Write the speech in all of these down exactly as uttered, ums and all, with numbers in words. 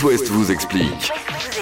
West vous explique.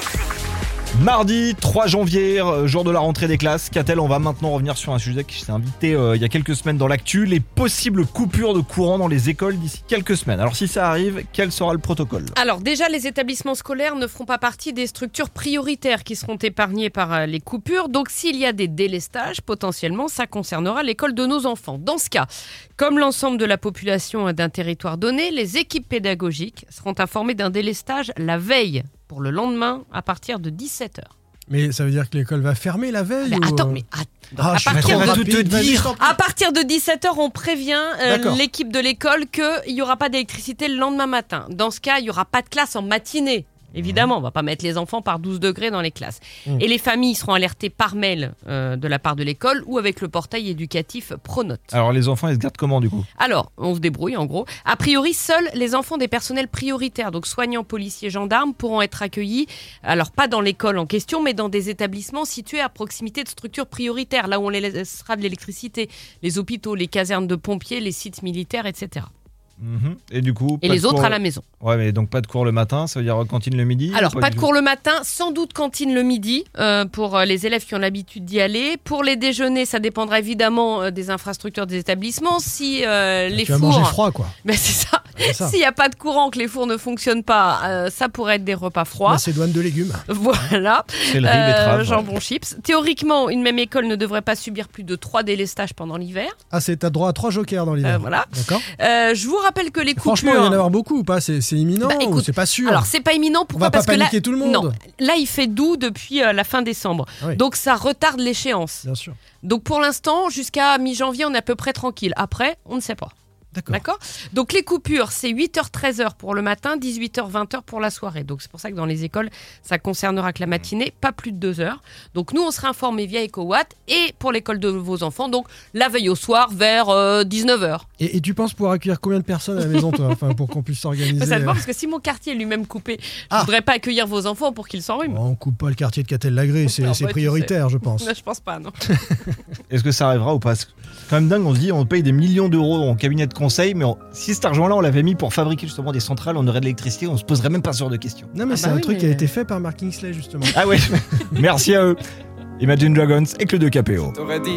Mardi trois janvier, jour de la rentrée des classes. Catel, on va maintenant revenir sur un sujet qui s'est invité euh, il y a quelques semaines dans l'actu, les possibles coupures de courant dans les écoles d'ici quelques semaines. Alors si ça arrive, quel sera le protocole ? Alors déjà, les établissements scolaires ne feront pas partie des structures prioritaires qui seront épargnées par euh, les coupures. Donc s'il y a des délestages, potentiellement, ça concernera l'école de nos enfants. Dans ce cas, comme l'ensemble de la population d'un territoire donné, les équipes pédagogiques seront informées d'un délestage la veille pour le lendemain à partir de dix-sept heures. Mais ça veut dire que l'école va fermer la veille Mais ou... attends, mais att- Ah, à, je suis partir trop de, rapide, tout te vas-y, dire. je t'en prie. à partir de dix-sept heures, on prévient euh, D'accord. l'équipe de l'école qu'il n'y aura pas d'électricité le lendemain matin. Dans ce cas, il n'y aura pas de classe en matinée. Évidemment, on ne va pas mettre les enfants par douze degrés dans les classes. Mmh. Et les familles seront alertées par mail euh, de la part de l'école ou avec le portail éducatif Pronote. Alors les enfants, ils se gardent comment du coup ? Alors, on se débrouille en gros. A priori, seuls les enfants des personnels prioritaires, donc soignants, policiers, gendarmes, pourront être accueillis, alors pas dans l'école en question, mais dans des établissements situés à proximité de structures prioritaires, là où on les laissera de l'électricité, les hôpitaux, les casernes de pompiers, les sites militaires, et cetera. Mhm. Et du coup, Et pas les de autres cours- à la maison. Ouais, mais donc pas de cours le matin, ça veut dire cantine le midi ? Alors, ou pas du de tout cours le matin, sans doute cantine le midi, euh, pour euh, les élèves qui ont l'habitude d'y aller. Pour les déjeuners, ça dépendra évidemment euh, des infrastructures des établissements. Si euh, les Tu vas manger fours... froid, quoi. Ben, c'est ça. C'est ça. S'il n'y a pas de courant, que les fours ne fonctionnent pas, euh, ça pourrait être des repas froids. Macédoine de légumes. Voilà. Céleri, Euh, betterave. jambon chips. Théoriquement, une même école ne devrait pas subir plus de trois délestages pendant l'hiver. Ah, c'est, t'as droit à trois jokers dans l'hiver. Euh, voilà. D'accord. Euh, je vous rappelle que les coupures... Franchement, il va y en avoir beaucoup ou pas ? C'est, c'est imminent Bah, ou écoute, c'est pas sûr ? Alors, c'est pas imminent. On Pourquoi ? va pas Parce que là, paniquer tout le monde. non, là, il fait doux depuis euh, la fin décembre. Ah oui. Donc, ça retarde l'échéance. Bien sûr. Donc, pour l'instant, jusqu'à mi-janvier, on est à peu près tranquille. Après, on ne sait pas. D'accord. D'accord ? Donc, les coupures, c'est huit heures treize heures pour le matin, dix-huit heures vingt heures pour la soirée. Donc, c'est pour ça que dans les écoles, ça concernera que la matinée, pas plus de deux heures. Donc, nous, on sera informés via EcoWatt et pour l'école de vos enfants, donc la veille au soir vers euh, dix-neuf heures. Et, et tu penses pouvoir accueillir combien de personnes à la maison, toi, enfin, pour qu'on puisse s'organiser Ça dépend euh, parce que si mon quartier est lui-même coupé, je Ah. ne voudrais pas accueillir vos enfants pour qu'ils s'enrhument. On coupe pas le quartier de Catel-Lagré, c'est, Non, c'est bah, tu prioritaire, je pense. Non, je pense pas, non. Est-ce que ça arrivera ou pas ? C'est quand même dingue, on se dit on paye des millions d'euros en cabinet de conseil, mais on- si cet argent-là on l'avait mis pour fabriquer justement des centrales, on aurait de l'électricité, on se poserait même pas ce genre de questions. Non, mais Ah c'est bah un oui, truc mais- qui a été fait par Mark Kingsley, justement. Ah ouais, merci à eux. Imagine Dragons et que le deux K P O.